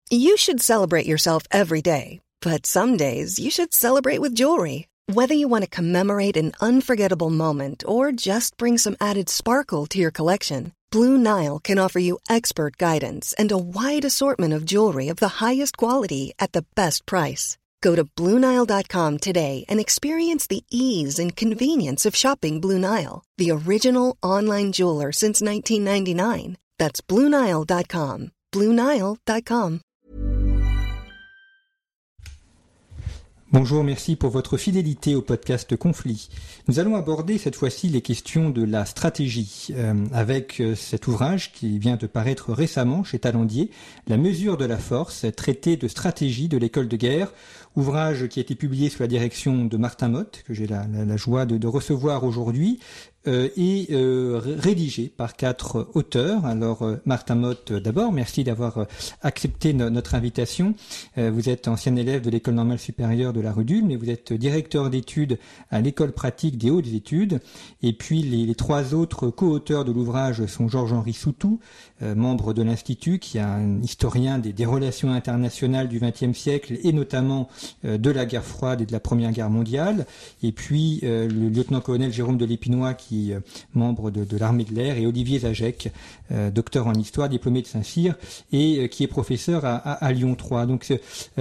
You should celebrate yourself every day, but some days you should celebrate with jewelry. Whether you want to commemorate an unforgettable moment or just bring some added sparkle to your collection, Blue Nile can offer you expert guidance and a wide assortment of jewelry of the highest quality at the best price. Go to BlueNile.com today and experience the ease and convenience of shopping Blue Nile, the original online jeweler since 1999. That's BlueNile.com. BlueNile.com. Bonjour, merci pour votre fidélité au podcast Conflit. Nous allons aborder cette fois-ci les questions de la stratégie avec cet ouvrage qui vient de paraître récemment chez Talandier, La mesure de la force, traité de stratégie de l'école de guerre, ouvrage qui a été publié sous la direction de Martin Motte, que j'ai la joie de recevoir aujourd'hui, et rédigé par 4 auteurs. Alors Martin Motte, d'abord, merci d'avoir accepté notre invitation. Vous êtes ancien élève de l'École normale supérieure de la rue d'Ulm, mais vous êtes directeur d'études à l'École pratique des hautes études. Et puis les 3 autres co-auteurs de l'ouvrage sont Georges-Henri Soutou, membre de l'Institut, qui est un historien des relations internationales du XXe siècle et notamment de la guerre froide et de la Première Guerre mondiale. Et puis le lieutenant-colonel Jérôme de Lépinois, qui est membre de l'armée de l'air, et Olivier Zajec, docteur en histoire, diplômé de Saint-Cyr, et qui est professeur à Lyon 3. Donc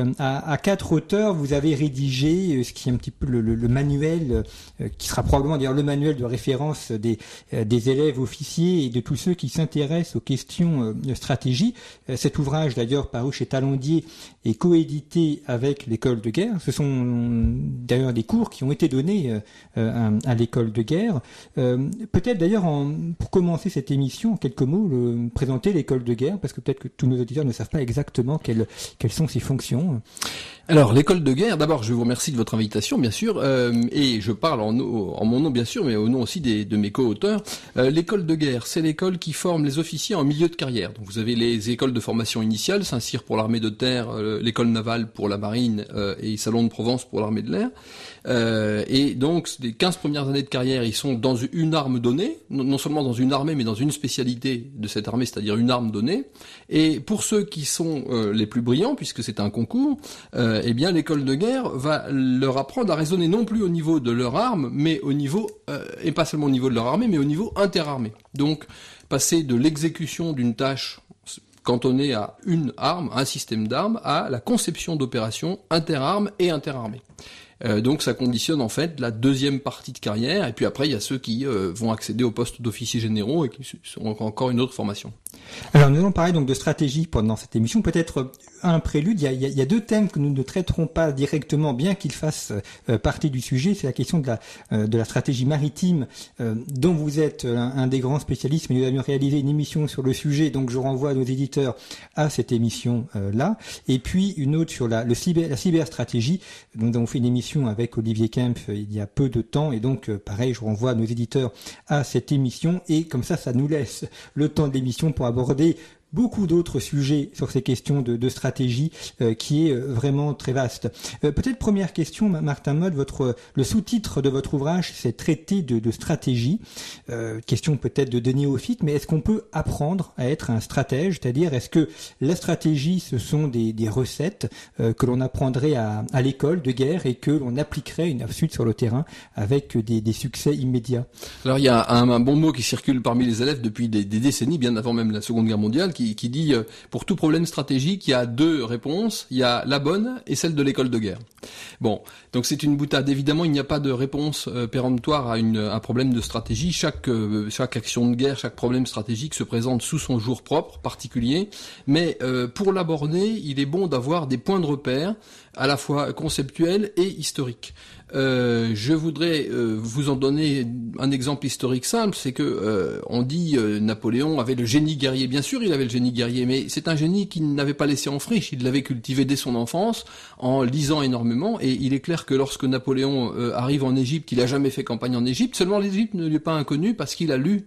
à 4 auteurs, vous avez rédigé ce qui est un petit peu le manuel, qui sera probablement d'ailleurs le manuel de référence des élèves officiers et de tous ceux qui s'intéressent aux questions de stratégie. Cet ouvrage, d'ailleurs, paru chez Talandier, est coédité avec l'école de guerre. Ce sont d'ailleurs des cours qui ont été donnés à l'école de guerre. Peut-être d'ailleurs, pour commencer cette émission, en quelques mots, présenter l'école de guerre, parce que peut-être que tous nos auditeurs ne savent pas exactement quelles sont ses fonctions. Alors, l'école de guerre, d'abord, je vous remercie de votre invitation, bien sûr, et je parle en mon nom, bien sûr, mais au nom aussi de mes co-auteurs. L'école de guerre, c'est l'école qui forme les officiers en milieu de carrière. Donc, vous avez les écoles de formation initiale, Saint-Cyr pour l'armée de terre, l'école navale pour la marine et Salon de Provence pour l'armée de l'air. Et donc, les 15 premières années de carrière, ils sont dans une arme donnée, non seulement dans une armée, mais dans une spécialité de cette armée, c'est-à-dire une arme donnée. Et pour ceux qui sont les plus brillants, puisque c'est un concours, eh bien, l'école de guerre va leur apprendre à raisonner non plus au niveau de leur arme, mais au niveau, et pas seulement au niveau de leur armée, mais au niveau interarmée. Donc, passer de l'exécution d'une tâche cantonnée à une arme, un système d'armes, à la conception d'opérations interarmes et interarmées. Donc ça conditionne en fait la deuxième partie de carrière, et puis après il y a ceux qui vont accéder au poste d'officiers généraux et qui sont encore une autre formation. Alors nous allons parler donc de stratégie pendant cette émission. Peut-être un prélude, il y a 2 thèmes que nous ne traiterons pas directement, bien qu'ils fassent partie du sujet. C'est la question de la stratégie maritime, dont vous êtes un des grands spécialistes, mais nous avions réalisé une émission sur le sujet, donc je renvoie nos éditeurs à cette émission là. Et puis une autre sur la cyberstratégie. Nous avons fait une émission avec Olivier Kempf il y a peu de temps, et donc pareil, je renvoie nos éditeurs à cette émission, et comme ça nous laisse le temps de l'émission pour aborder beaucoup d'autres sujets sur ces questions de stratégie qui est vraiment très vaste. Peut-être première question, Martin Motte, le sous-titre de votre ouvrage, c'est Traité de stratégie. Question peut-être de néophyte, mais est-ce qu'on peut apprendre à être un stratège? C'est-à-dire, est-ce que la stratégie, ce sont des recettes que l'on apprendrait à l'école de guerre et que l'on appliquerait ensuite sur le terrain avec des succès immédiats? Alors, il y a un bon mot qui circule parmi les élèves depuis des décennies, bien avant même la Seconde Guerre mondiale, qui dit pour tout problème stratégique, il y a 2 réponses, il y a la bonne et celle de l'école de guerre. Bon, donc c'est une boutade. Évidemment, il n'y a pas de réponse péremptoire à un problème de stratégie. Chaque action de guerre, chaque problème stratégique se présente sous son jour propre, particulier. Mais pour l'aborder, il est bon d'avoir des points de repère, à la fois conceptuels et historiques. Je voudrais vous en donner un exemple historique simple, c'est que on dit Napoléon avait le génie guerrier. Bien sûr, il avait le génie guerrier, mais c'est un génie qu'il n'avait pas laissé en friche. Il l'avait cultivé dès son enfance, en lisant énormément, et il est clair que lorsque Napoléon arrive en Égypte, il a jamais fait campagne en Égypte. Seulement l'Égypte ne lui est pas inconnue parce qu'il a lu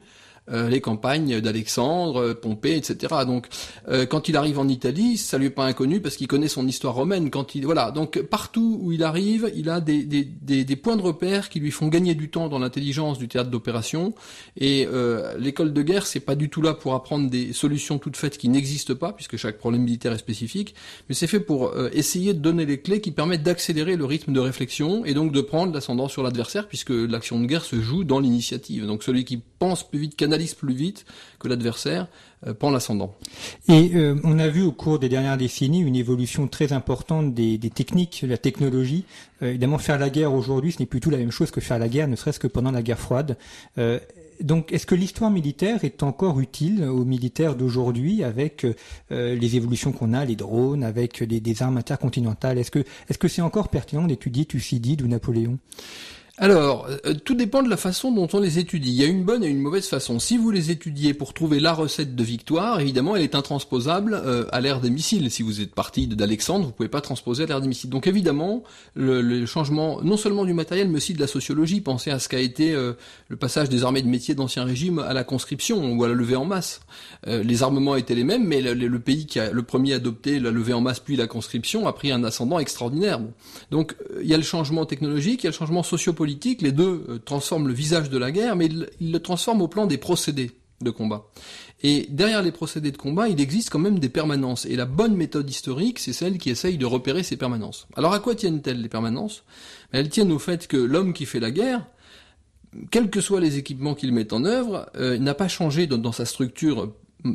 les campagnes d'Alexandre, Pompée, etc. Donc, quand il arrive en Italie, ça lui est pas inconnu parce qu'il connaît son histoire romaine. Donc partout où il arrive, il a des points de repère qui lui font gagner du temps dans l'intelligence du théâtre d'opération. Et l'école de guerre, c'est pas du tout là pour apprendre des solutions toutes faites qui n'existent pas, puisque chaque problème militaire est spécifique, mais c'est fait pour essayer de donner les clés qui permettent d'accélérer le rythme de réflexion et donc de prendre l'ascendant sur l'adversaire, puisque l'action de guerre se joue dans l'initiative. Donc celui qui pense plus vite, canalise plus vite que l'adversaire, prend l'ascendant. Et on a vu au cours des dernières décennies une évolution très importante des techniques, la technologie. Évidemment, faire la guerre aujourd'hui, ce n'est plus tout la même chose que faire la guerre, ne serait-ce que pendant la guerre froide. Donc, est-ce que l'histoire militaire est encore utile aux militaires d'aujourd'hui avec les évolutions qu'on a, les drones, avec des armes intercontinentales? Est-ce que c'est encore pertinent d'étudier Thucydide ou Napoléon? Alors, tout dépend de la façon dont on les étudie. Il y a une bonne et une mauvaise façon. Si vous les étudiez pour trouver la recette de victoire, évidemment, elle est intransposable à l'ère des missiles. Si vous êtes parti d'Alexandre, vous pouvez pas transposer à l'ère des missiles. Donc évidemment, le changement, non seulement du matériel, mais aussi de la sociologie. Pensez à ce qu'a été le passage des armées de métier d'Ancien Régime à la conscription ou à la levée en masse. Les armements étaient les mêmes, mais le pays qui a le premier adopté la levée en masse puis la conscription a pris un ascendant extraordinaire. Donc il y a le changement technologique, il y a le changement sociopolitique. Les deux transforment le visage de la guerre, mais ils le transforment au plan des procédés de combat. Et derrière les procédés de combat, il existe quand même des permanences. Et la bonne méthode historique, c'est celle qui essaye de repérer ces permanences. Alors à quoi tiennent-elles les permanences? Elles tiennent au fait que l'homme qui fait la guerre, quels que soient les équipements qu'il met en œuvre, n'a pas changé dans sa structure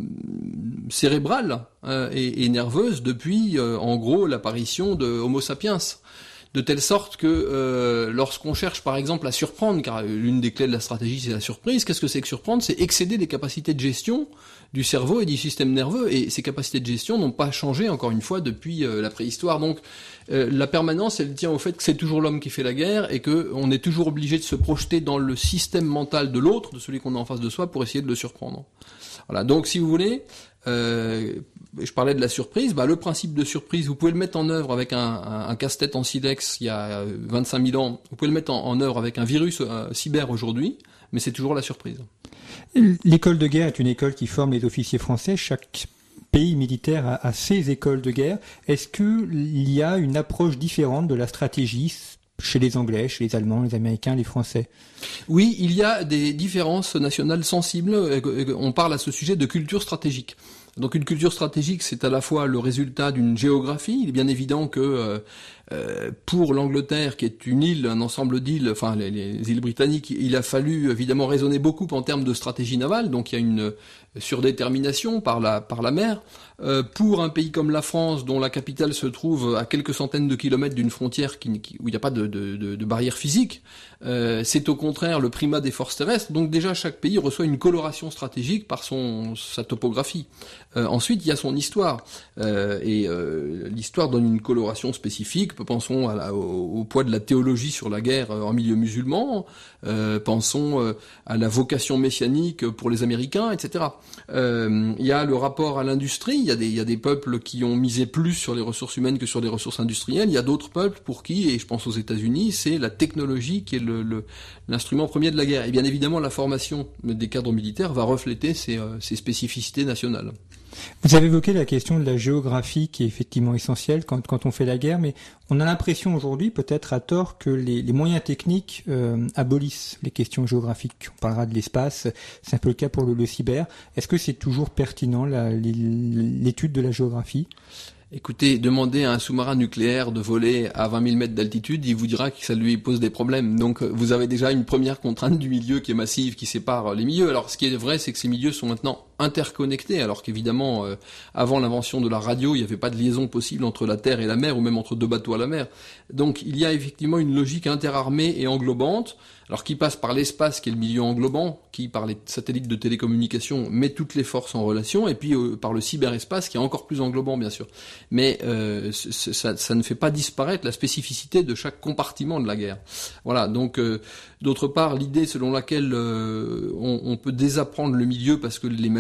cérébrale et nerveuse depuis, en gros, l'apparition de Homo sapiens. De telle sorte que lorsqu'on cherche par exemple à surprendre, car l'une des clés de la stratégie c'est la surprise, qu'est-ce que c'est que surprendre? C'est excéder les capacités de gestion du cerveau et du système nerveux, et ces capacités de gestion n'ont pas changé encore une fois depuis la préhistoire. Donc la permanence, elle tient au fait que c'est toujours l'homme qui fait la guerre et que on est toujours obligé de se projeter dans le système mental de l'autre, de celui qu'on a en face de soi, pour essayer de le surprendre. Voilà, donc si vous voulez, je parlais de la surprise, le principe de surprise, vous pouvez le mettre en œuvre avec un casse-tête en silex il y a 25 000 ans, vous pouvez le mettre en œuvre avec un virus cyber aujourd'hui, mais c'est toujours la surprise. L'école de guerre est une école qui forme les officiers français. Chaque pays militaire a ses écoles de guerre. Est-ce qu'il y a une approche différente de la stratégie chez les Anglais, chez les Allemands, les Américains, les Français? Oui, il y a des différences nationales sensibles. On parle à ce sujet de culture stratégique. Donc une culture stratégique, c'est à la fois le résultat d'une géographie. Il est bien évident que pour l'Angleterre, qui est une île, un ensemble d'îles, enfin les îles britanniques, il a fallu évidemment raisonner beaucoup en termes de stratégie navale. Donc il y a une surdétermination par la mer. Pour un pays comme la France, dont la capitale se trouve à quelques centaines de kilomètres d'une frontière où il n'y a pas de barrière physique, c'est au contraire le primat des forces terrestres. Donc déjà, chaque pays reçoit une coloration stratégique par sa topographie. Ensuite, il y a son histoire. L'histoire donne une coloration spécifique. Pensons au poids de la théologie sur la guerre en milieu musulman. Pensons à la vocation messianique pour les Américains, etc. Il y a le rapport à l'industrie. Il y a des peuples qui ont misé plus sur les ressources humaines que sur les ressources industrielles. Il y a d'autres peuples pour qui, et je pense aux États-Unis, c'est la technologie qui est l'instrument premier de la guerre. Et bien évidemment, la formation des cadres militaires va refléter ces spécificités nationales. Vous avez évoqué la question de la géographie qui est effectivement essentielle quand on fait la guerre, mais on a l'impression aujourd'hui, peut-être à tort, que les moyens techniques abolissent les questions géographiques. On parlera de l'espace, c'est un peu le cas pour le cyber. Est-ce que c'est toujours pertinent l'étude de la géographie ? Écoutez, demandez à un sous-marin nucléaire de voler à 20 000 mètres d'altitude, il vous dira que ça lui pose des problèmes. Donc vous avez déjà une première contrainte du milieu qui est massive, qui sépare les milieux. Alors ce qui est vrai, c'est que ces milieux sont maintenant interconnectés, alors qu'évidemment, avant l'invention de la radio, il n'y avait pas de liaison possible entre la terre et la mer, ou même entre deux bateaux à la mer. Donc il y a effectivement une logique interarmée et englobante, alors qui passe par l'espace, qui est le milieu englobant, qui par les satellites de télécommunication met toutes les forces en relation, et puis par le cyberespace, qui est encore plus englobant, bien sûr. Mais ça ne fait pas disparaître la spécificité de chaque compartiment de la guerre. Voilà, donc d'autre part, l'idée selon laquelle on peut désapprendre le milieu parce que les machines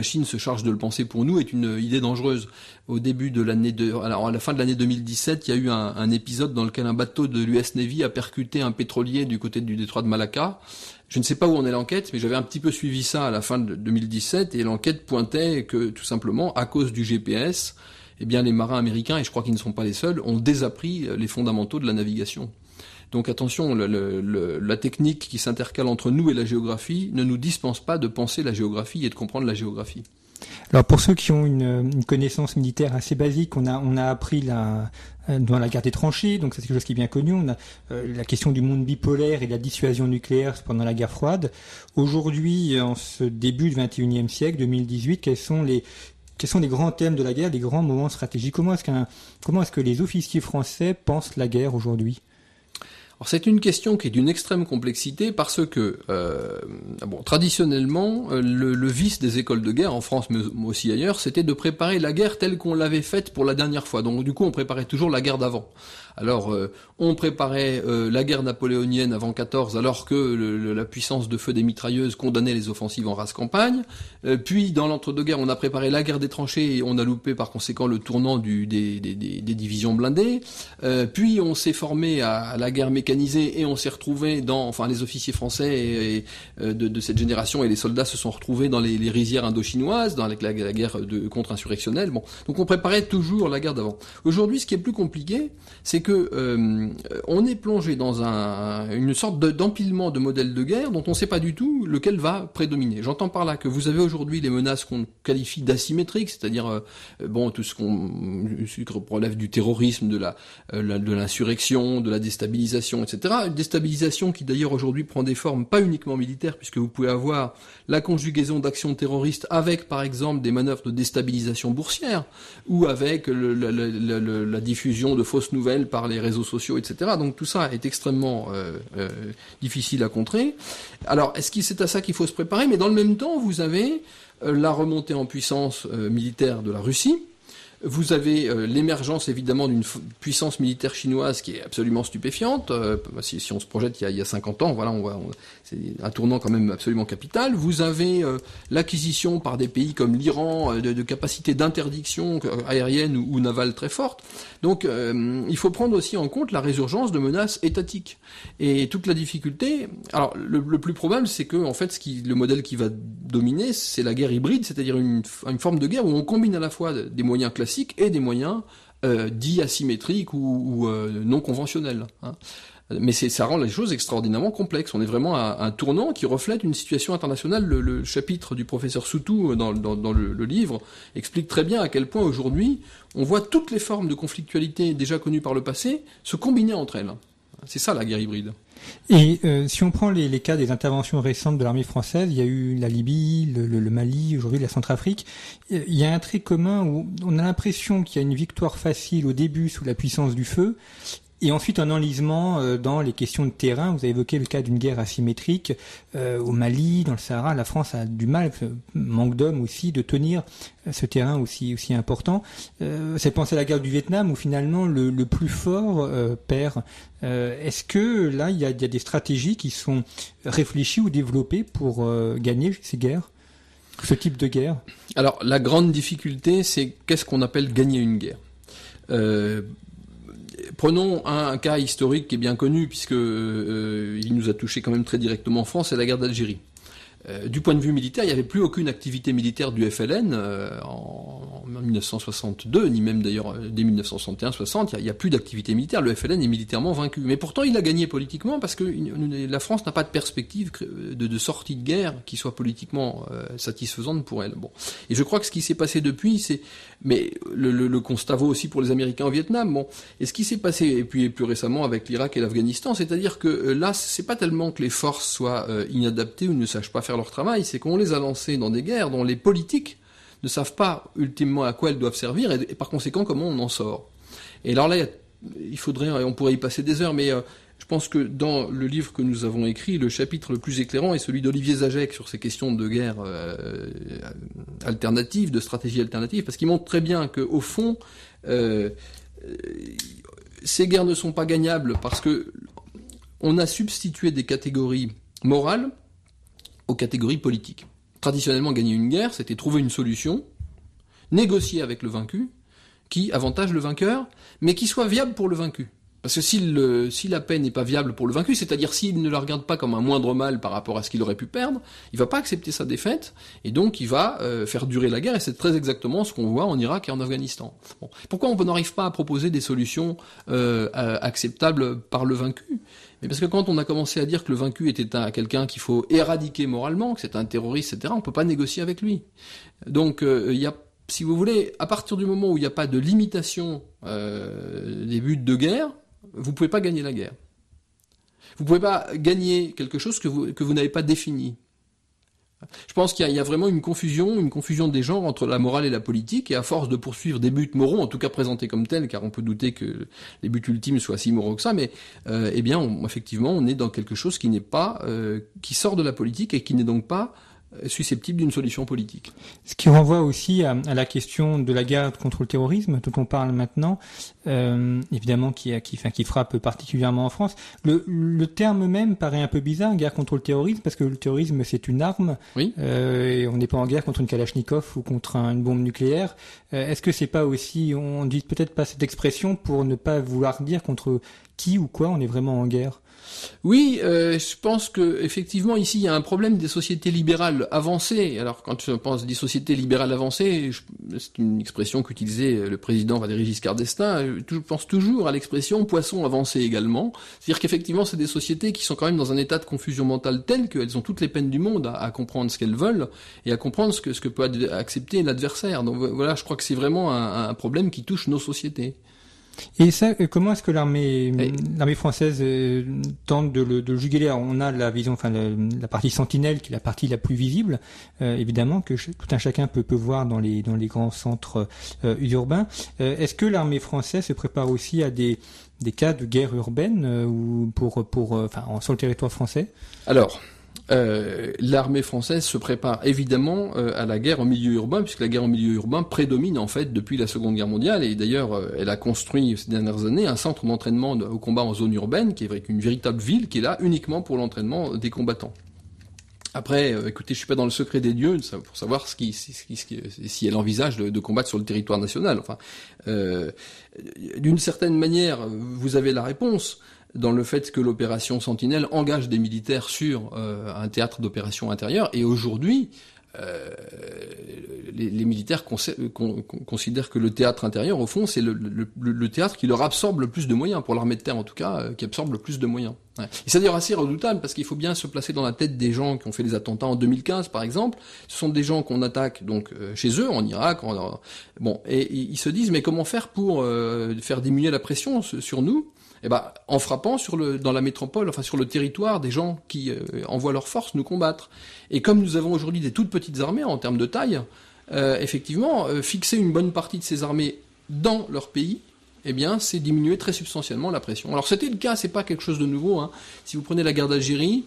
machine se charge de le penser pour nous est une idée dangereuse. Au début de alors à la fin de l'année 2017, il y a eu un épisode dans lequel un bateau de l'US Navy a percuté un pétrolier du côté du détroit de Malacca. Je ne sais pas où en est l'enquête, mais j'avais un petit peu suivi ça à la fin de 2017, et l'enquête pointait que, tout simplement, à cause du GPS, eh bien, les marins américains, et je crois qu'ils ne sont pas les seuls, ont désappris les fondamentaux de la navigation. Donc attention, la technique qui s'intercale entre nous et la géographie ne nous dispense pas de penser la géographie et de comprendre la géographie. Alors pour ceux qui ont une connaissance militaire assez basique, on a appris dans la guerre des tranchées, donc c'est quelque chose qui est bien connu. On a la question du monde bipolaire et de la dissuasion nucléaire pendant la guerre froide. Aujourd'hui, en ce début du XXIe siècle, 2018, quels sont les grands thèmes de la guerre, les grands moments stratégiques? Comment est-ce que les officiers français pensent la guerre aujourd'hui? Alors c'est une question qui est d'une extrême complexité parce que, traditionnellement, le vice des écoles de guerre en France, mais aussi ailleurs, c'était de préparer la guerre telle qu'on l'avait faite pour la dernière fois. Donc du coup, on préparait toujours la guerre d'avant. Alors, on préparait la guerre napoléonienne avant 14, alors que la puissance de feu des mitrailleuses condamnait les offensives en rase campagne. Puis, dans l'entre-deux-guerres, on a préparé la guerre des tranchées et on a loupé par conséquent le tournant des divisions blindées. Puis, on s'est formé à la guerre mécanisée et on s'est retrouvé les officiers français de cette génération et les soldats se sont retrouvés dans les rizières indo-chinoises, dans la guerre contre-insurrectionnelle. Bon, donc on préparait toujours la guerre d'avant. Aujourd'hui, ce qui est plus compliqué, c'est que on est plongé dans une sorte d'empilement de modèles de guerre dont on ne sait pas du tout lequel va prédominer. J'entends par là que vous avez aujourd'hui les menaces qu'on qualifie d'asymétriques, c'est-à-dire tout ce qu'on relève du terrorisme, de l'insurrection, de la déstabilisation, etc. Une déstabilisation qui d'ailleurs aujourd'hui prend des formes pas uniquement militaires, puisque vous pouvez avoir la conjugaison d'actions terroristes avec par exemple des manœuvres de déstabilisation boursière ou avec la diffusion de fausses nouvelles par les réseaux sociaux, etc. Donc tout ça est extrêmement difficile à contrer. Alors, est-ce que c'est à ça qu'il faut se préparer? Mais dans le même temps, vous avez la remontée en puissance militaire de la Russie. Vous avez l'émergence évidemment d'une puissance militaire chinoise qui est absolument stupéfiante. Si on se projette il y a 50 ans, voilà, c'est un tournant quand même absolument capital. Vous avez l'acquisition par des pays comme l'Iran de capacités d'interdiction aérienne ou navale très fortes. Donc il faut prendre aussi en compte la résurgence de menaces étatiques. Et toute la difficulté, alors le plus probable, c'est que en fait le modèle qui va dominer, c'est la guerre hybride, c'est-à-dire une forme de guerre où on combine à la fois des moyens classiques et des moyens dits asymétriques ou non conventionnels. Mais ça rend les choses extraordinairement complexes. On est vraiment à un tournant qui reflète une situation internationale. Le chapitre du professeur Soutou dans le livre explique très bien à quel point aujourd'hui on voit toutes les formes de conflictualité déjà connues par le passé se combiner entre elles. C'est ça la guerre hybride. Et si on prend les cas des interventions récentes de l'armée française, il y a eu la Libye, le Mali, aujourd'hui la Centrafrique. Il y a un trait commun où on a l'impression qu'il y a une victoire facile au début sous la puissance du feu, et ensuite un enlisement dans les questions de terrain. Vous avez évoqué le cas d'une guerre asymétrique au Mali, dans le Sahara. La France a du mal, manque d'hommes aussi, de tenir ce terrain aussi important. C'est penser à la guerre du Vietnam où finalement le plus fort perd. Est-ce que là il y a des stratégies qui sont réfléchies ou développées pour gagner ces guerres, ce type de guerre? Alors la grande difficulté, c'est qu'est-ce qu'on appelle gagner une guerre. Prenons un cas historique qui est bien connu puisque il nous a touché quand même très directement en France, c'est la guerre d'Algérie. Du point de vue militaire, il n'y avait plus aucune activité militaire du FLN en 1962, ni même d'ailleurs dès 1961-60, il n'y a plus d'activité militaire, le FLN est militairement vaincu. Mais pourtant, il a gagné politiquement parce que la France n'a pas de perspective de sortie de guerre qui soit politiquement satisfaisante pour elle. Bon. Et je crois que ce qui s'est passé depuis, mais le constat vaut aussi pour les Américains au Vietnam. Bon. Et ce qui s'est passé, et puis plus récemment avec l'Irak et l'Afghanistan, c'est-à-dire que là, c'est pas tellement que les forces soient inadaptées ou ne sachent pas faire leur travail, c'est qu'on les a lancés dans des guerres dont les politiques ne savent pas ultimement à quoi elles doivent servir et par conséquent comment on en sort. Et alors là, on pourrait y passer des heures, mais je pense que dans le livre que nous avons écrit, le chapitre le plus éclairant est celui d'Olivier Zajec sur ces questions de guerre alternative, de stratégie alternative, parce qu'il montre très bien qu'au fond, ces guerres ne sont pas gagnables parce que on a substitué des catégories morales aux catégories politiques. Traditionnellement, gagner une guerre, c'était trouver une solution, négocier avec le vaincu, qui avantage le vainqueur, mais qui soit viable pour le vaincu. Parce que si la paix n'est pas viable pour le vaincu, c'est-à-dire s'il ne la regarde pas comme un moindre mal par rapport à ce qu'il aurait pu perdre, il va pas accepter sa défaite, et donc il va faire durer la guerre, et c'est très exactement ce qu'on voit en Irak et en Afghanistan. Bon. Pourquoi on n'arrive pas à proposer des solutions acceptables par le vaincu ? Mais parce que quand on a commencé à dire que le vaincu était quelqu'un qu'il faut éradiquer moralement, que c'est un terroriste, etc., on peut pas négocier avec lui. Donc il y a, si vous voulez, à partir du moment où il n'y a pas de limitation des buts de guerre, vous pouvez pas gagner la guerre. Vous pouvez pas gagner quelque chose que vous n'avez pas défini. Je pense qu'il y a vraiment une confusion des genres entre la morale et la politique, et à force de poursuivre des buts moraux, en tout cas présentés comme tels, car on peut douter que les buts ultimes soient si moraux que ça, mais effectivement, on est dans quelque chose qui n'est pas, qui sort de la politique et qui n'est donc pas susceptible d'une solution politique. Ce qui renvoie aussi à la question de la guerre contre le terrorisme dont on parle maintenant, évidemment qui frappe particulièrement en France. Le terme même paraît un peu bizarre, guerre contre le terrorisme, parce que le terrorisme c'est une arme, oui. Et on n'est pas en guerre contre une Kalachnikov ou contre une bombe nucléaire. Est-ce que c'est pas aussi, on dit peut-être pas cette expression pour ne pas vouloir dire contre qui ou quoi on est vraiment en guerre? Oui, je pense que effectivement ici il y a un problème des sociétés libérales avancées. Alors quand je pense des sociétés libérales avancées, c'est une expression qu'utilisait le président Valéry Giscard d'Estaing. Je pense toujours à l'expression poisson avancé également. C'est-à-dire qu'effectivement c'est des sociétés qui sont quand même dans un état de confusion mentale tel qu'elles ont toutes les peines du monde à comprendre ce qu'elles veulent et à comprendre ce que peut accepter l'adversaire. Donc voilà, je crois que c'est vraiment un problème qui touche nos sociétés. Et ça, comment est-ce que l'armée française tente de le juguler? On a la vision, la partie sentinelle qui est la partie la plus visible, évidemment que tout un chacun peut sur les grands centres urbains. Est-ce que l'armée française se prépare aussi à des cas de guerre urbaine ou sur le territoire français? Alors, l'armée française se prépare évidemment à la guerre en milieu urbain, puisque la guerre en milieu urbain prédomine en fait depuis la Seconde Guerre mondiale, et d'ailleurs elle a construit ces dernières années un centre d'entraînement au combat en zone urbaine, qui est avec une véritable ville qui est là uniquement pour l'entraînement des combattants. Après, écoutez, je suis pas dans le secret des dieux pour savoir si elle envisage de combattre sur le territoire national. Enfin, d'une certaine manière, vous avez la réponse dans le fait que l'opération Sentinelle engage des militaires sur un théâtre d'opération intérieure, et aujourd'hui, les militaires considèrent que le théâtre intérieur, au fond, c'est le théâtre qui leur absorbe le plus de moyens, pour l'armée de terre en tout cas, qui absorbe le plus de moyens. Ouais. Et c'est d'ailleurs assez redoutable, parce qu'il faut bien se placer dans la tête des gens qui ont fait les attentats en 2015, par exemple. Ce sont des gens qu'on attaque donc chez eux, en Irak, et ils se disent, mais comment faire pour faire diminuer la pression sur nous? Eh ben, en frappant dans la métropole, sur le territoire des gens qui envoient leurs forces nous combattre. Et comme nous avons aujourd'hui des toutes petites armées en termes de taille, effectivement, fixer une bonne partie de ces armées dans leur pays, eh bien, c'est diminuer très substantiellement la pression. Alors c'était le cas, c'est pas quelque chose de nouveau, hein. Si vous prenez la guerre d'Algérie,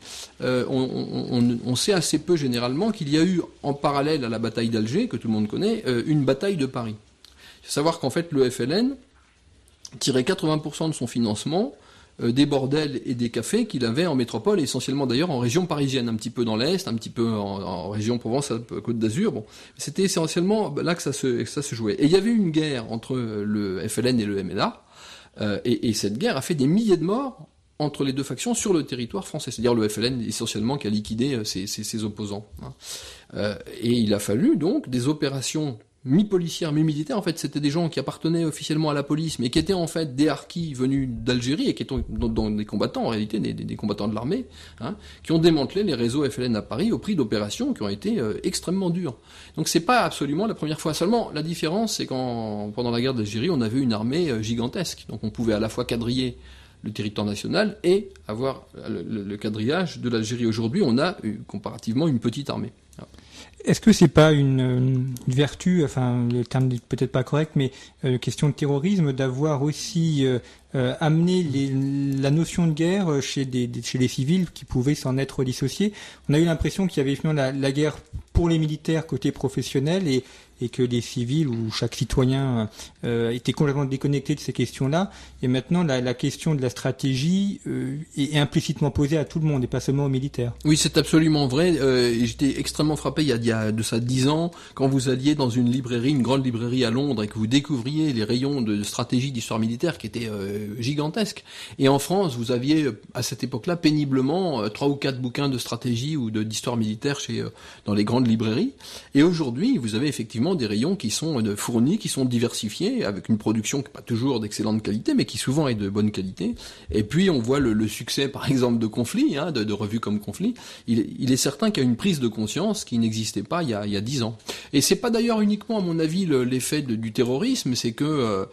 on sait assez peu généralement qu'il y a eu, en parallèle à la bataille d'Alger, que tout le monde connaît, une bataille de Paris. Il faut savoir qu'en fait, le FLN tirait 80% de son financement des bordels et des cafés qu'il avait en métropole, essentiellement d'ailleurs en région parisienne, un petit peu dans l'Est, un petit peu en région Provence-Côte d'Azur. Bon, c'était essentiellement là que ça se jouait. Et il y avait une guerre entre le FLN et le MNA, et cette guerre a fait des milliers de morts entre les deux factions sur le territoire français. C'est-à-dire le FLN essentiellement qui a liquidé ses opposants. Et il a fallu donc des opérations mi-policières, mi-militaires. En fait, c'était des gens qui appartenaient officiellement à la police, mais qui étaient en fait des harkis venus d'Algérie et qui étaient dans des combattants, en réalité, des combattants de l'armée, qui ont démantelé les réseaux FLN à Paris au prix d'opérations qui ont été extrêmement dures. Donc c'est pas absolument la première fois. Seulement, la différence, c'est pendant la guerre d'Algérie, on avait une armée gigantesque. Donc on pouvait à la fois quadriller le territoire national et avoir le quadrillage de l'Algérie. Aujourd'hui, on a comparativement une petite armée. Est-ce que c'est pas une vertu, le terme n'est peut-être pas correct, mais question de terrorisme, d'avoir aussi amené la notion de guerre chez les civils qui pouvaient s'en être dissociés? On a eu l'impression qu'il y avait finalement la guerre pour les militaires côté professionnel et et que les civils ou chaque citoyen était complètement déconnecté de ces questions-là. Et maintenant, la question de la stratégie est implicitement posée à tout le monde et pas seulement aux militaires. Oui, c'est absolument vrai. Et j'étais extrêmement frappé il y a de ça 10 ans, quand vous alliez dans une librairie, une grande librairie à Londres, et que vous découvriez les rayons de stratégie d'histoire militaire qui étaient gigantesques. Et en France, vous aviez à cette époque-là péniblement 3 ou 4 bouquins de stratégie ou d'histoire militaire dans les grandes librairies. Et aujourd'hui, vous avez effectivement des rayons qui sont fournis, qui sont diversifiés, avec une production qui n'est pas toujours d'excellente qualité, mais qui souvent est de bonne qualité. Et puis on voit le succès, par exemple, de Conflit, de revues comme Conflit. Il est certain qu'il y a une prise de conscience qui n'existait pas il y a 10 ans. Et c'est pas d'ailleurs uniquement, à mon avis, l'effet du terrorisme, c'est que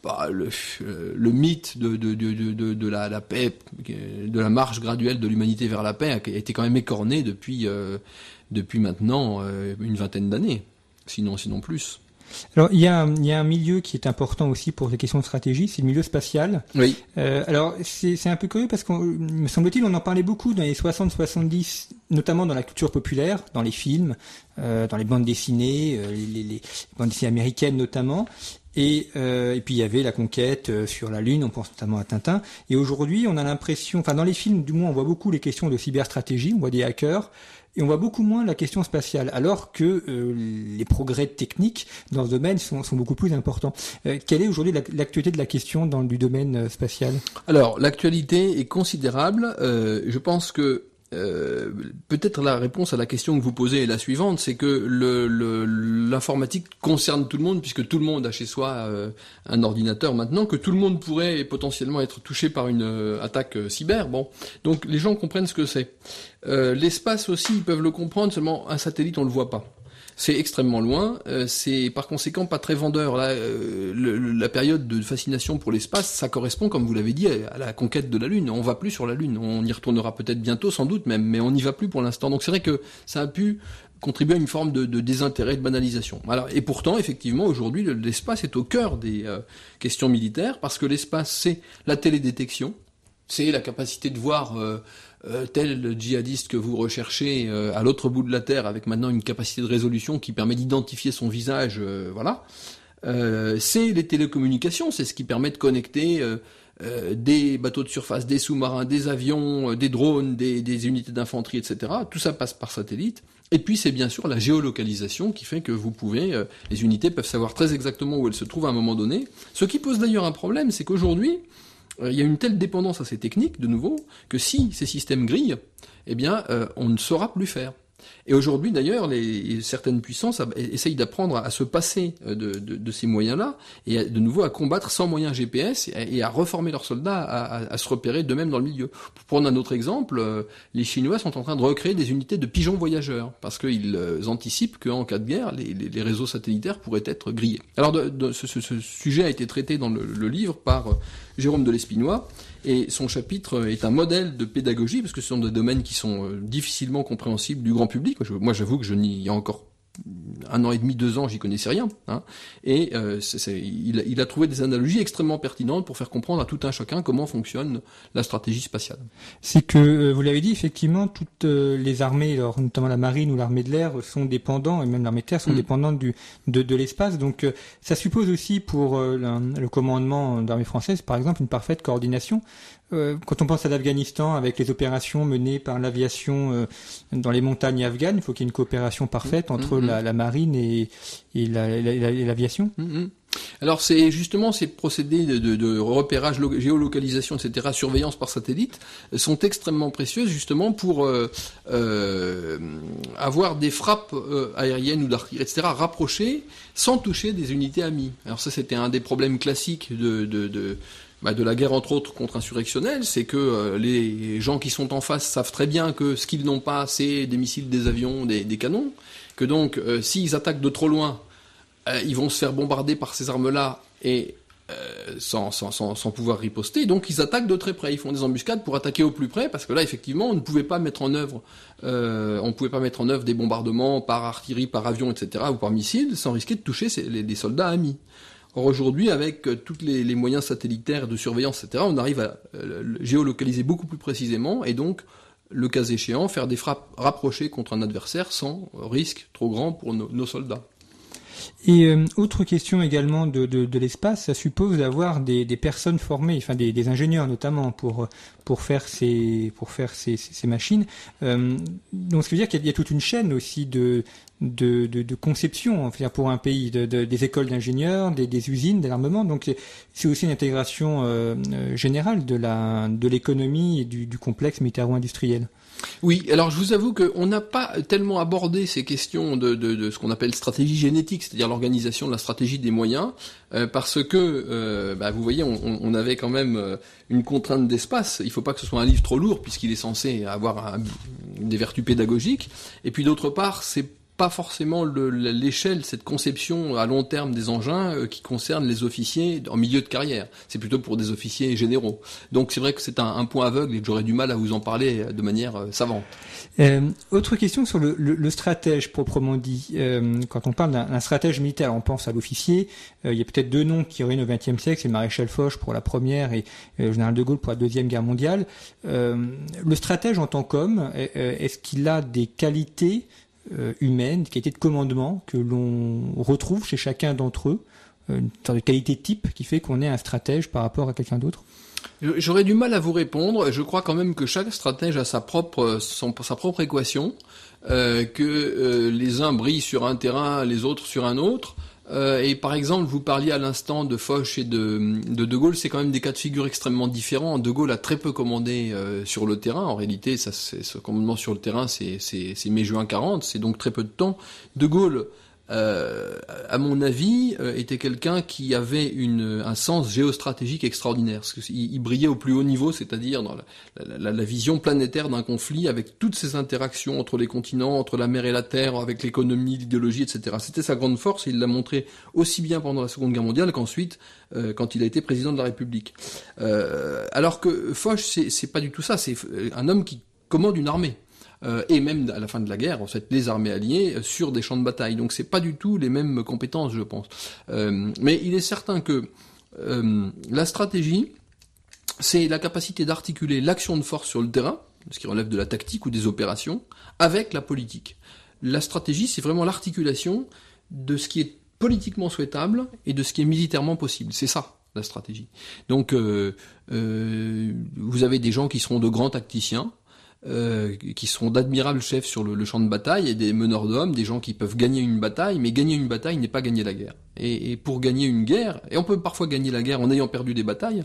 le mythe de la paix, de la marche graduelle de l'humanité vers la paix a été quand même écorné depuis maintenant une vingtaine d'années, sinon plus. Alors il y a un milieu qui est important aussi pour les questions de stratégie, c'est le milieu spatial. Oui. Alors c'est un peu curieux parce me semble-t-il, on en parlait beaucoup dans les 60-70, notamment dans la culture populaire, dans les films, dans les bandes dessinées, les bandes dessinées américaines notamment. Et puis il y avait la conquête sur la Lune, on pense notamment à Tintin. Et aujourd'hui, on a l'impression, enfin dans les films, du moins, on voit beaucoup les questions de cyberstratégie, on voit des hackers, et on voit beaucoup moins la question spatiale, alors que les progrès techniques dans ce domaine sont beaucoup plus importants. Quelle est aujourd'hui l'actualité de la question du domaine spatial ? Alors, l'actualité est considérable. Je pense que peut-être la réponse à la question que vous posez est la suivante, c'est que l'informatique concerne tout le monde, puisque tout le monde a chez soi un ordinateur maintenant, que tout le monde pourrait potentiellement être touché par une attaque cyber. Bon, donc les gens comprennent ce que c'est. L'espace aussi, ils peuvent le comprendre, seulement un satellite on le voit pas. C'est extrêmement loin, c'est par conséquent pas très vendeur. Là, la période de fascination pour l'espace, ça correspond, comme vous l'avez dit, à la conquête de la Lune. On va plus sur la Lune, on y retournera peut-être bientôt, sans doute même, mais on n'y va plus pour l'instant. Donc c'est vrai que ça a pu contribuer à une forme de désintérêt, de banalisation. Alors, et pourtant, effectivement, aujourd'hui, l'espace est au cœur des questions militaires, parce que l'espace, c'est la télédétection, c'est la capacité de voir tel djihadiste que vous recherchez à l'autre bout de la Terre, avec maintenant une capacité de résolution qui permet d'identifier son visage, voilà. C'est les télécommunications, c'est ce qui permet de connecter des bateaux de surface, des sous-marins, des avions, des drones, des unités d'infanterie, etc. Tout ça passe par satellite. Et puis c'est bien sûr la géolocalisation qui fait que les unités peuvent savoir très exactement où elles se trouvent à un moment donné. Ce qui pose d'ailleurs un problème, c'est qu'aujourd'hui, il y a une telle dépendance à ces techniques, de nouveau, que si ces systèmes grillent, eh bien, on ne saura plus faire. Et aujourd'hui, d'ailleurs, certaines puissances essayent d'apprendre à se passer de ces moyens-là, et de nouveau à combattre sans moyens GPS, et à reformer leurs soldats à se repérer d'eux-mêmes dans le milieu. Pour prendre un autre exemple, les Chinois sont en train de recréer des unités de pigeons voyageurs, parce qu'ils anticipent qu'en cas de guerre, les réseaux satellitaires pourraient être grillés. Alors, ce sujet a été traité dans le livre par Jérôme de Lespinois, et son chapitre est un modèle de pédagogie, parce que ce sont des domaines qui sont difficilement compréhensibles du grand public. Moi, j'avoue que il y a encore 1 an et demi, 2 ans, j'y connaissais rien. Et il a trouvé des analogies extrêmement pertinentes pour faire comprendre à tout un chacun comment fonctionne la stratégie spatiale. C'est que, vous l'avez dit, effectivement, toutes les armées, alors, notamment la marine ou l'armée de l'air, sont dépendants, et même l'armée de terre, sont dépendantes de l'espace. Donc ça suppose aussi pour le commandement d'armée française, par exemple, une parfaite coordination. Quand on pense à l'Afghanistan, avec les opérations menées par l'aviation dans les montagnes afghanes, il faut qu'il y ait une coopération parfaite entre la marine et l'aviation. Alors c'est justement ces procédés de repérage, géolocalisation, etc., surveillance par satellite, sont extrêmement précieuses justement pour avoir des frappes aériennes ou d'artillerie, etc., rapprochées sans toucher des unités amies. Alors ça, c'était un des problèmes classiques de la guerre, entre autres, contre-insurrectionnelle, c'est que les gens qui sont en face savent très bien que ce qu'ils n'ont pas, c'est des missiles, des avions, des canons, que donc s'ils attaquent de trop loin, ils vont se faire bombarder par ces armes-là et sans pouvoir riposter. Donc ils attaquent de très près, ils font des embuscades pour attaquer au plus près, parce que là effectivement on ne pouvait pas mettre en œuvre des bombardements par artillerie, par avion, etc., ou par missiles, sans risquer de toucher les soldats amis. Or aujourd'hui, avec tous les moyens satellitaires de surveillance, etc., on arrive à géolocaliser beaucoup plus précisément, et donc, le cas échéant, faire des frappes rapprochées contre un adversaire sans risque trop grand pour nos soldats. Et autre question également de l'espace, ça suppose d'avoir des personnes formées, enfin des ingénieurs notamment pour faire ces machines. Donc ça veut dire qu'il y a toute une chaîne aussi de conception, enfin, pour un pays, des écoles d'ingénieurs, des usines, de l'armement. Donc c'est aussi une intégration générale de l'économie et du complexe militaro-industriel. Oui, alors je vous avoue qu'on n'a pas tellement abordé ces questions de ce qu'on appelle stratégie génétique, c'est-à-dire l'organisation de la stratégie des moyens, parce que, vous voyez, on avait quand même une contrainte d'espace. Il ne faut pas que ce soit un livre trop lourd, puisqu'il est censé avoir des vertus pédagogiques. Et puis d'autre part, c'est pas forcément l'échelle, cette conception à long terme des engins qui concerne les officiers en milieu de carrière. C'est plutôt pour des officiers généraux. Donc c'est vrai que c'est un point aveugle et que j'aurais du mal à vous en parler de manière savante. Autre question sur le stratège proprement dit. Quand on parle d'un stratège militaire, on pense à l'officier. Il y a peut-être deux noms qui reviennent au XXe siècle, c'est le maréchal Foch pour la première et le général de Gaulle pour la Deuxième Guerre mondiale. Le stratège en tant qu'homme, est-ce qu'il a des qualités humaine, des qualités de commandement que l'on retrouve chez chacun d'entre eux, une sorte de qualité type qui fait qu'on est un stratège par rapport à quelqu'un d'autre? J'aurais du mal à vous répondre. Je crois quand même que chaque stratège a sa propre équation, que les uns brillent sur un terrain, les autres sur un autre. Et par exemple, vous parliez à l'instant de Foch et de Gaulle, c'est quand même des cas de figure extrêmement différents. De Gaulle a très peu commandé sur le terrain. En réalité, ce commandement sur le terrain, c'est mai-juin 40, c'est donc très peu de temps. De Gaulle, à mon avis, était quelqu'un qui avait un sens géostratégique extraordinaire. Parce qu'il brillait au plus haut niveau, c'est-à-dire dans la vision planétaire d'un conflit, avec toutes ces interactions entre les continents, entre la mer et la terre, avec l'économie, l'idéologie, etc. C'était sa grande force, et il l'a montré aussi bien pendant la Seconde Guerre mondiale qu'ensuite, quand il a été président de la République. Alors que Foch, c'est pas du tout ça, c'est un homme qui commande une armée. Et même à la fin de la guerre, en fait, les armées alliées sur des champs de bataille. Donc c'est pas du tout les mêmes compétences, je pense. Mais il est certain que la stratégie, c'est la capacité d'articuler l'action de force sur le terrain, ce qui relève de la tactique ou des opérations, avec la politique. La stratégie, c'est vraiment l'articulation de ce qui est politiquement souhaitable et de ce qui est militairement possible. C'est ça, la stratégie. Donc vous avez des gens qui seront de grands tacticiens, qui seront d'admirables chefs sur le champ de bataille, et des meneurs d'hommes, des gens qui peuvent gagner une bataille, mais gagner une bataille n'est pas gagner la guerre. Et pour gagner une guerre, et on peut parfois gagner la guerre en ayant perdu des batailles,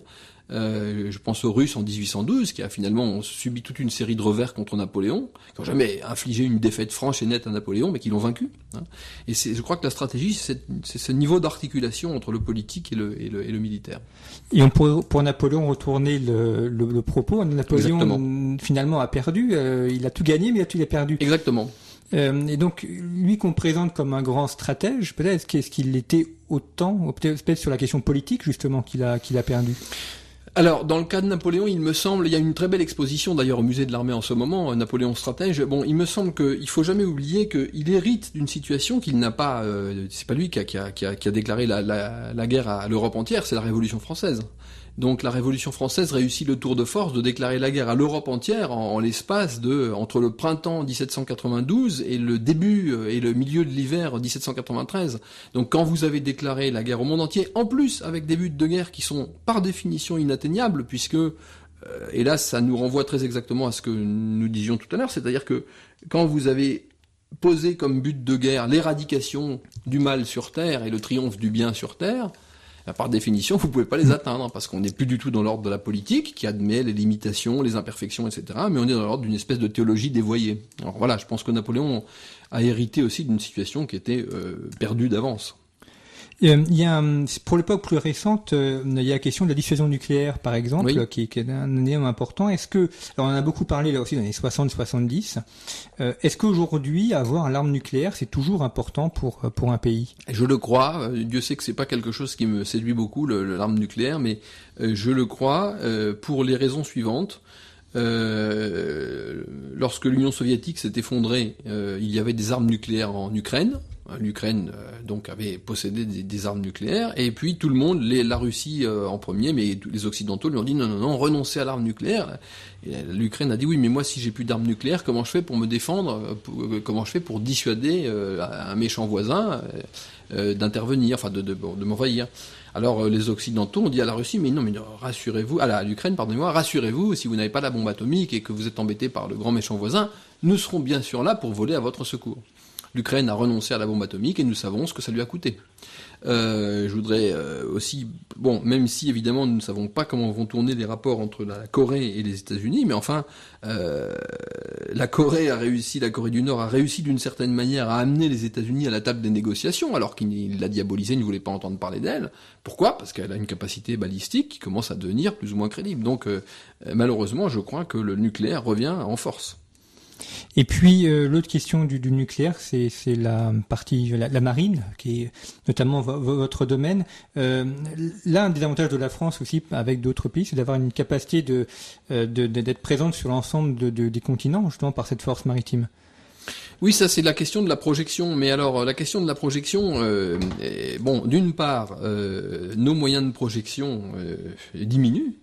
je pense aux Russes en 1812, qui a finalement subi toute une série de revers contre Napoléon, qui n'ont jamais infligé une défaite franche et nette à Napoléon, mais qui l'ont vaincu. Et je crois que la stratégie, c'est ce niveau d'articulation entre le politique et le militaire. Et on pourrait, pour Napoléon, retourner le propos. Napoléon, exactement, finalement, a perdu. Il a tout gagné, mais il a perdu. Exactement. Et donc, lui qu'on présente comme un grand stratège, peut-être, est-ce qu'il l'était autant, peut-être sur la question politique, justement, qu'il a perdu? Alors, dans le cas de Napoléon, il me semble, il y a une très belle exposition d'ailleurs au musée de l'armée en ce moment, Napoléon stratège. Bon, il me semble qu'il faut jamais oublier qu'il hérite d'une situation qu'il n'a pas. C'est pas lui qui a déclaré la guerre à l'Europe entière, c'est la Révolution française. Donc la Révolution française réussit le tour de force de déclarer la guerre à l'Europe entière en l'espace entre le printemps 1792 et le début et le milieu de l'hiver 1793. Donc quand vous avez déclaré la guerre au monde entier, en plus avec des buts de guerre qui sont par définition inatteignables, puisque et là ça nous renvoie très exactement à ce que nous disions tout à l'heure, c'est-à-dire que quand vous avez posé comme but de guerre l'éradication du mal sur Terre et le triomphe du bien sur Terre, par définition, vous pouvez pas les atteindre, parce qu'on n'est plus du tout dans l'ordre de la politique, qui admet les limitations, les imperfections, etc., mais on est dans l'ordre d'une espèce de théologie dévoyée. Alors voilà, je pense que Napoléon a hérité aussi d'une situation qui était perdue d'avance. Il y a, pour l'époque plus récente, il y a la question de la dissuasion nucléaire, par exemple, oui, qui est un élément important. Est-ce que, alors on en a beaucoup parlé là aussi dans les 60-70, est-ce qu'aujourd'hui, avoir l'arme nucléaire, c'est toujours important pour un pays? Je le crois. Dieu sait que c'est pas quelque chose qui me séduit beaucoup, l'arme nucléaire, mais je le crois pour les raisons suivantes. Lorsque l'Union soviétique s'est effondrée, il y avait des armes nucléaires en Ukraine. L'Ukraine donc avait possédé des armes nucléaires, et puis tout le monde, la Russie en premier, mais les Occidentaux lui ont dit non, renoncez à l'arme nucléaire. Et l'Ukraine a dit oui, mais moi si j'ai plus d'armes nucléaires, comment je fais pour me défendre, comment je fais pour dissuader un méchant voisin d'intervenir, enfin de m'envahir. Alors les Occidentaux ont dit à la Russie, mais rassurez-vous, à l'Ukraine, pardonnez-moi, rassurez-vous, si vous n'avez pas la bombe atomique et que vous êtes embêté par le grand méchant voisin, nous serons bien sûr là pour voler à votre secours. L'Ukraine a renoncé à la bombe atomique et nous savons ce que ça lui a coûté. Je voudrais aussi, même si évidemment nous ne savons pas comment vont tourner les rapports entre la Corée et les États-Unis, mais enfin, la Corée du Nord a réussi d'une certaine manière à amener les États-Unis à la table des négociations, alors qu'il l'a diabolisée, il ne voulait pas entendre parler d'elle. Pourquoi ? Parce qu'elle a une capacité balistique qui commence à devenir plus ou moins crédible. Donc, malheureusement, je crois que le nucléaire revient en force. Et puis l'autre question du nucléaire, c'est la partie la marine, qui est notamment votre domaine. L'un des avantages de la France aussi, avec d'autres pays, c'est d'avoir une capacité d'être présente sur l'ensemble des continents, justement par cette force maritime. Oui, ça c'est la question de la projection. Mais alors la question de la projection, d'une part, nos moyens de projection diminuent.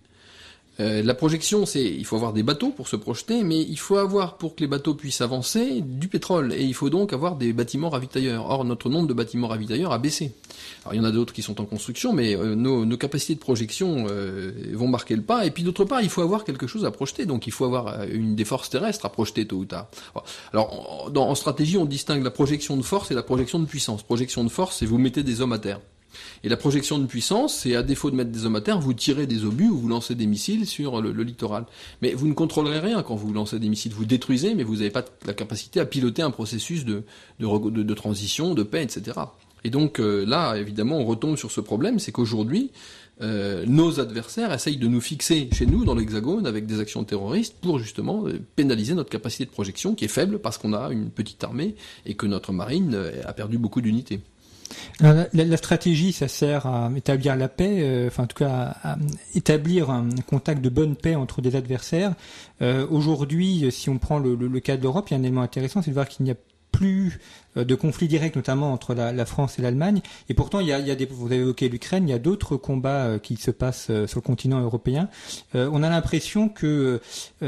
La projection, il faut avoir des bateaux pour se projeter, mais il faut avoir, pour que les bateaux puissent avancer, du pétrole, et il faut donc avoir des bâtiments ravitailleurs. Or, notre nombre de bâtiments ravitailleurs a baissé. Alors, il y en a d'autres qui sont en construction, mais nos capacités de projection vont marquer le pas, et puis d'autre part, il faut avoir quelque chose à projeter, donc il faut avoir des forces terrestres à projeter tôt ou tard. Alors, en stratégie, on distingue la projection de force et la projection de puissance. Projection de force, c'est vous mettez des hommes à terre. Et la projection de puissance, c'est à défaut de mettre des hommes à terre, vous tirez des obus ou vous lancez des missiles sur le littoral. Mais vous ne contrôlerez rien quand vous lancez des missiles. Vous détruisez, mais vous n'avez pas la capacité à piloter un processus de transition, de paix, etc. Et donc là, évidemment, on retombe sur ce problème, c'est qu'aujourd'hui, nos adversaires essayent de nous fixer chez nous, dans l'Hexagone, avec des actions terroristes, pour justement pénaliser notre capacité de projection, qui est faible parce qu'on a une petite armée et que notre marine a perdu beaucoup d'unités. Alors, la stratégie, ça sert à établir la paix, en tout cas à établir un contact de bonne paix entre des adversaires. Aujourd'hui, si on prend le cas de l'Europe, il y a un élément intéressant, c'est de voir qu'il n'y a plus de conflits directs, notamment entre la France et l'Allemagne. Et pourtant, il y a vous avez évoqué l'Ukraine, il y a d'autres combats qui se passent sur le continent européen. On a l'impression que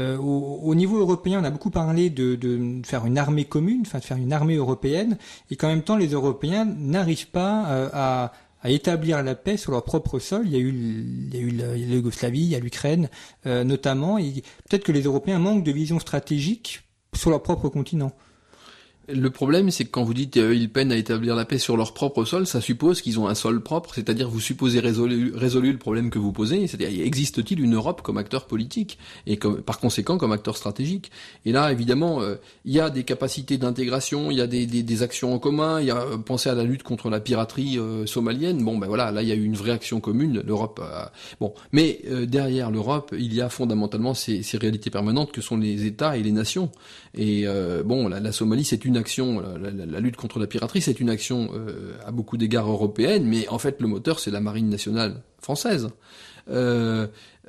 au niveau européen, on a beaucoup parlé de faire une armée commune, de faire une armée européenne, et qu'en même temps, les Européens n'arrivent pas à établir la paix sur leur propre sol. Il y a eu la Yougoslavie, il y a l'Ukraine notamment, et peut-être que les Européens manquent de vision stratégique sur leur propre continent. Le problème, c'est que quand vous dites ils peinent à établir la paix sur leur propre sol, ça suppose qu'ils ont un sol propre, c'est-à-dire vous supposez résolu le problème que vous posez, c'est-à-dire existe-t-il une Europe comme acteur politique et par conséquent comme acteur stratégique. Et là, évidemment, il y a des capacités d'intégration, il y a des actions en commun, il y a pensez à la lutte contre la piraterie somalienne. Là il y a eu une vraie action commune, l'Europe. Mais derrière l'Europe, il y a fondamentalement ces réalités permanentes que sont les États et les nations. Et la Somalie, c'est une action, la lutte contre la piraterie, c'est une action à beaucoup d'égards européenne, mais en fait le moteur c'est la marine nationale française. La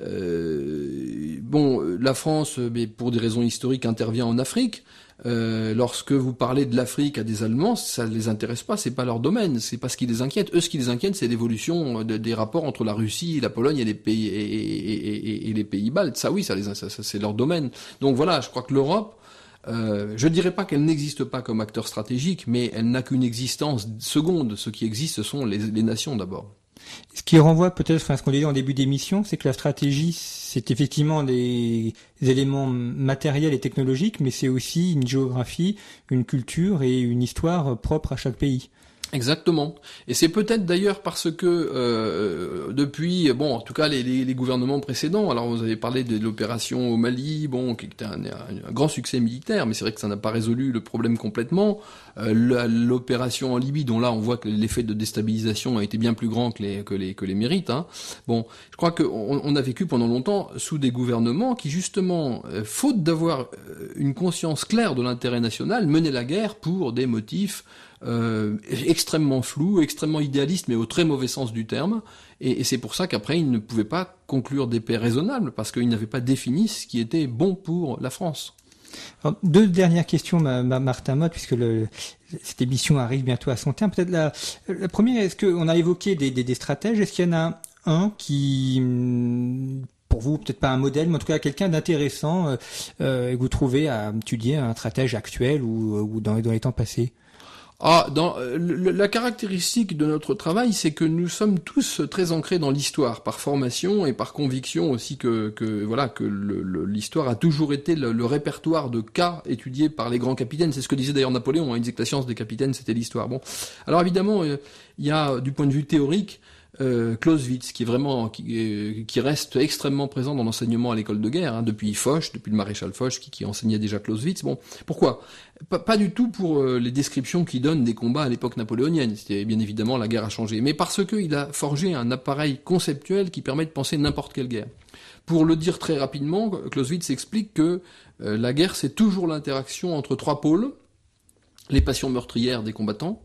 France, mais pour des raisons historiques, intervient en Afrique. Lorsque vous parlez de l'Afrique à des Allemands, ça les intéresse pas, c'est pas leur domaine, c'est pas ce qui les inquiète. Eux, ce qui les inquiète, c'est l'évolution des rapports entre la Russie, la Pologne et les pays et les pays baltes. Ça, oui, ça c'est leur domaine. Donc voilà, je crois que l'Europe, je dirais pas qu'elle n'existe pas comme acteur stratégique, mais elle n'a qu'une existence seconde. Ce qui existe, ce sont les nations d'abord. Ce qui renvoie peut-être à ce qu'on disait en début d'émission, c'est que la stratégie, c'est effectivement des éléments matériels et technologiques, mais c'est aussi une géographie, une culture et une histoire propre à chaque pays. Exactement. Et c'est peut-être d'ailleurs parce que depuis, en tout cas les gouvernements précédents, alors vous avez parlé de l'opération au Mali, qui était un grand succès militaire, mais c'est vrai que ça n'a pas résolu le problème complètement. L'opération en Libye, dont là on voit que l'effet de déstabilisation a été bien plus grand que les mérites. Je crois qu'on a vécu pendant longtemps sous des gouvernements qui justement, faute d'avoir une conscience claire de l'intérêt national, menaient la guerre pour des motifs extrêmement flou, extrêmement idéaliste, mais au très mauvais sens du terme. Et c'est pour ça qu'après, il ne pouvait pas conclure des paix raisonnables, parce qu'il n'avait pas défini ce qui était bon pour la France. Alors, 2 dernières questions, Martin Motte, puisque cette émission arrive bientôt à son terme. Peut-être la première, est-ce qu'on a évoqué des stratèges, est-ce qu'il y en a un qui, pour vous, peut-être pas un modèle, mais en tout cas quelqu'un d'intéressant, que vous trouvez à étudier, un stratège actuel ou dans les temps passés? La caractéristique de notre travail, c'est que nous sommes tous très ancrés dans l'histoire, par formation et par conviction aussi que l'histoire a toujours été le répertoire de cas étudiés par les grands capitaines. C'est ce que disait d'ailleurs Napoléon, hein, il disait que la science des capitaines, c'était l'histoire. Bon, alors évidemment, il y a du point de vue théorique Clausewitz, qui est vraiment qui reste extrêmement présent dans l'enseignement à l'école de guerre, hein, depuis Foch, depuis le maréchal Foch qui enseignait déjà Clausewitz. Bon, pourquoi ? Pas du tout pour les descriptions qu'il donne des combats à l'époque napoléonienne. C'était bien évidemment, la guerre a changé, mais parce qu'il a forgé un appareil conceptuel qui permet de penser n'importe quelle guerre. Pour le dire très rapidement, Clausewitz explique que la guerre, c'est toujours l'interaction entre 3 pôles: les passions meurtrières des combattants,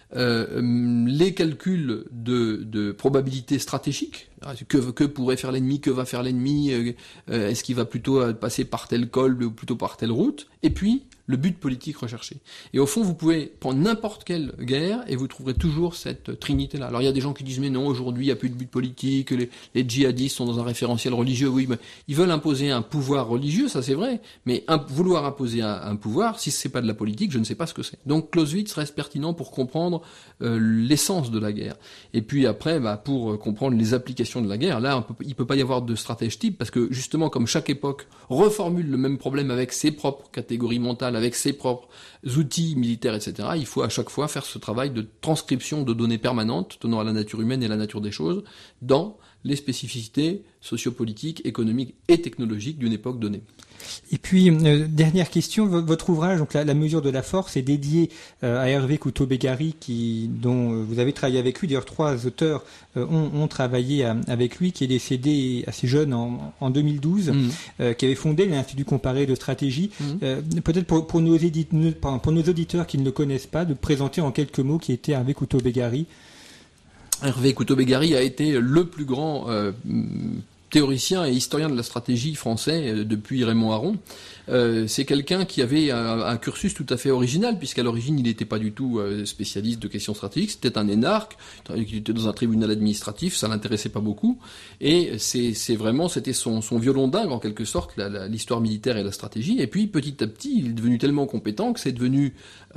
les calculs de probabilité stratégique, que pourrait faire l'ennemi, que va faire l'ennemi, est-ce qu'il va plutôt passer par tel col ou plutôt par telle route, et puis le but politique recherché. Et au fond, vous pouvez prendre n'importe quelle guerre et vous trouverez toujours cette trinité-là. Alors il y a des gens qui disent mais non, aujourd'hui il n'y a plus de but politique, les djihadistes sont dans un référentiel religieux. Oui, mais ils veulent imposer un pouvoir religieux, ça c'est vrai, mais vouloir imposer un pouvoir, si c'est pas de la politique, je ne sais pas ce que c'est. Donc Clausewitz reste pertinent pour comprendre l'essence de la guerre. Et puis après, pour comprendre les applications de la guerre, là il peut pas y avoir de stratège type, parce que justement comme chaque époque reformule le même problème avec ses propres catégories mentales, avec ses propres outils militaires, etc., il faut à chaque fois faire ce travail de transcription de données permanentes tenant à la nature humaine et à la nature des choses dans les spécificités sociopolitiques, économiques et technologiques d'une époque donnée. Et puis, dernière question, votre ouvrage, donc la mesure de la force, est dédié à Hervé Couto-Begary, dont vous avez travaillé avec lui. D'ailleurs, 3 auteurs ont travaillé avec lui, qui est décédé assez jeune en 2012, qui avait fondé l'Institut comparé de stratégie. Peut-être pour nos auditeurs qui ne le connaissent pas, de présenter en quelques mots qui était Hervé Couto-Begary. Hervé Couto-Begary a été le plus grand théoricien et historien de la stratégie français depuis Raymond Aron. C'est quelqu'un qui avait un cursus tout à fait original, puisqu'à l'origine il n'était pas du tout spécialiste de questions stratégiques, c'était un énarque, il était dans un tribunal administratif, ça l'intéressait pas beaucoup, et c'était son violon dingue en quelque sorte, l'histoire militaire et la stratégie, et puis petit à petit il est devenu tellement compétent que c'est devenu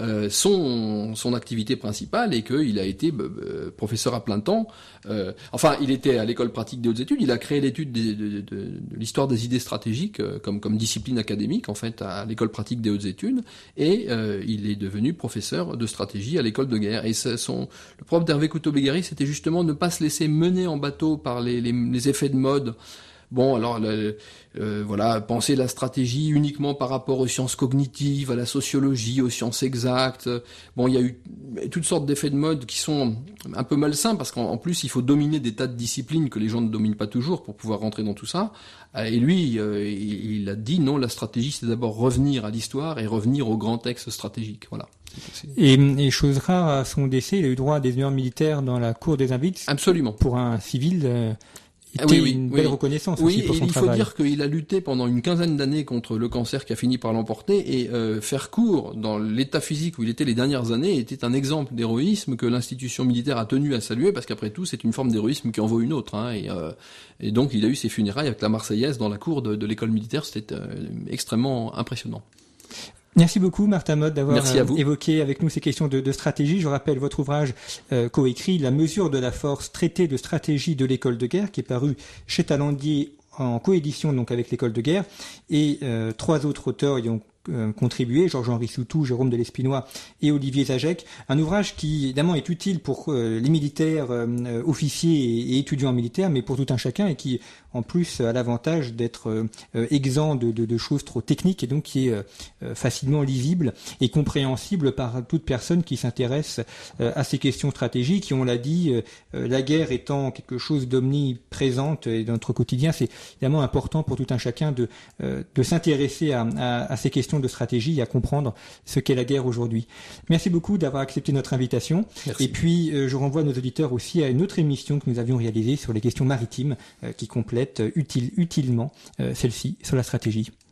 son activité principale, et qu'il a été professeur à plein temps. Il était à l'école pratique des hautes études, il a créé l'étude de l'histoire des idées stratégiques comme discipline académique en fait à l'école pratique des hautes études, et il est devenu professeur de stratégie à l'école de guerre. Et le propre d'Hervé Couto-Begary, c'était justement ne pas se laisser mener en bateau par les effets de mode. Bon, alors penser la stratégie uniquement par rapport aux sciences cognitives, à la sociologie, aux sciences exactes. Bon, il y a eu toutes sortes d'effets de mode qui sont un peu malsains, parce qu'en plus il faut dominer des tas de disciplines que les gens ne dominent pas toujours pour pouvoir rentrer dans tout ça. Et lui, il a dit non, la stratégie c'est d'abord revenir à l'histoire et revenir aux grands textes stratégiques. Voilà. Et chose rare, à son décès, il a eu droit à des honneurs militaires dans la cour des Invalides. Absolument. Pour un civil. Une belle reconnaissance aussi pour son travail. Il faut dire qu'il a lutté pendant une quinzaine d'années contre le cancer qui a fini par l'emporter, et faire court dans l'état physique où il était les dernières années était un exemple d'héroïsme que l'institution militaire a tenu à saluer, parce qu'après tout c'est une forme d'héroïsme qui en vaut une autre, hein, et donc il a eu ses funérailles avec la Marseillaise dans la cour de l'école militaire. C'était extrêmement impressionnant. Merci beaucoup Martin Motte d'avoir évoqué avec nous ces questions de stratégie. Je rappelle votre ouvrage coécrit La mesure de la force, traité de stratégie de l'école de guerre, qui est paru chez Talandier en coédition donc avec l'école de guerre, et 3 autres auteurs y ont contribué, Georges-Henri Soutou, Jérôme de l'Espinois et Olivier Zagec. Un ouvrage qui évidemment est utile pour les militaires, officiers et étudiants militaires, mais pour tout un chacun, et qui en plus a l'avantage d'être exempt de choses trop techniques, et donc qui est facilement lisible et compréhensible par toute personne qui s'intéresse à ces questions stratégiques. Et on l'a dit, la guerre étant quelque chose d'omniprésente dans notre quotidien, c'est évidemment important pour tout un chacun de s'intéresser à ces questions notion de stratégie et à comprendre ce qu'est la guerre aujourd'hui. Merci beaucoup d'avoir accepté notre invitation. Merci. Et puis, je renvoie nos auditeurs aussi à une autre émission que nous avions réalisée sur les questions maritimes qui complète utilement celle-ci sur la stratégie.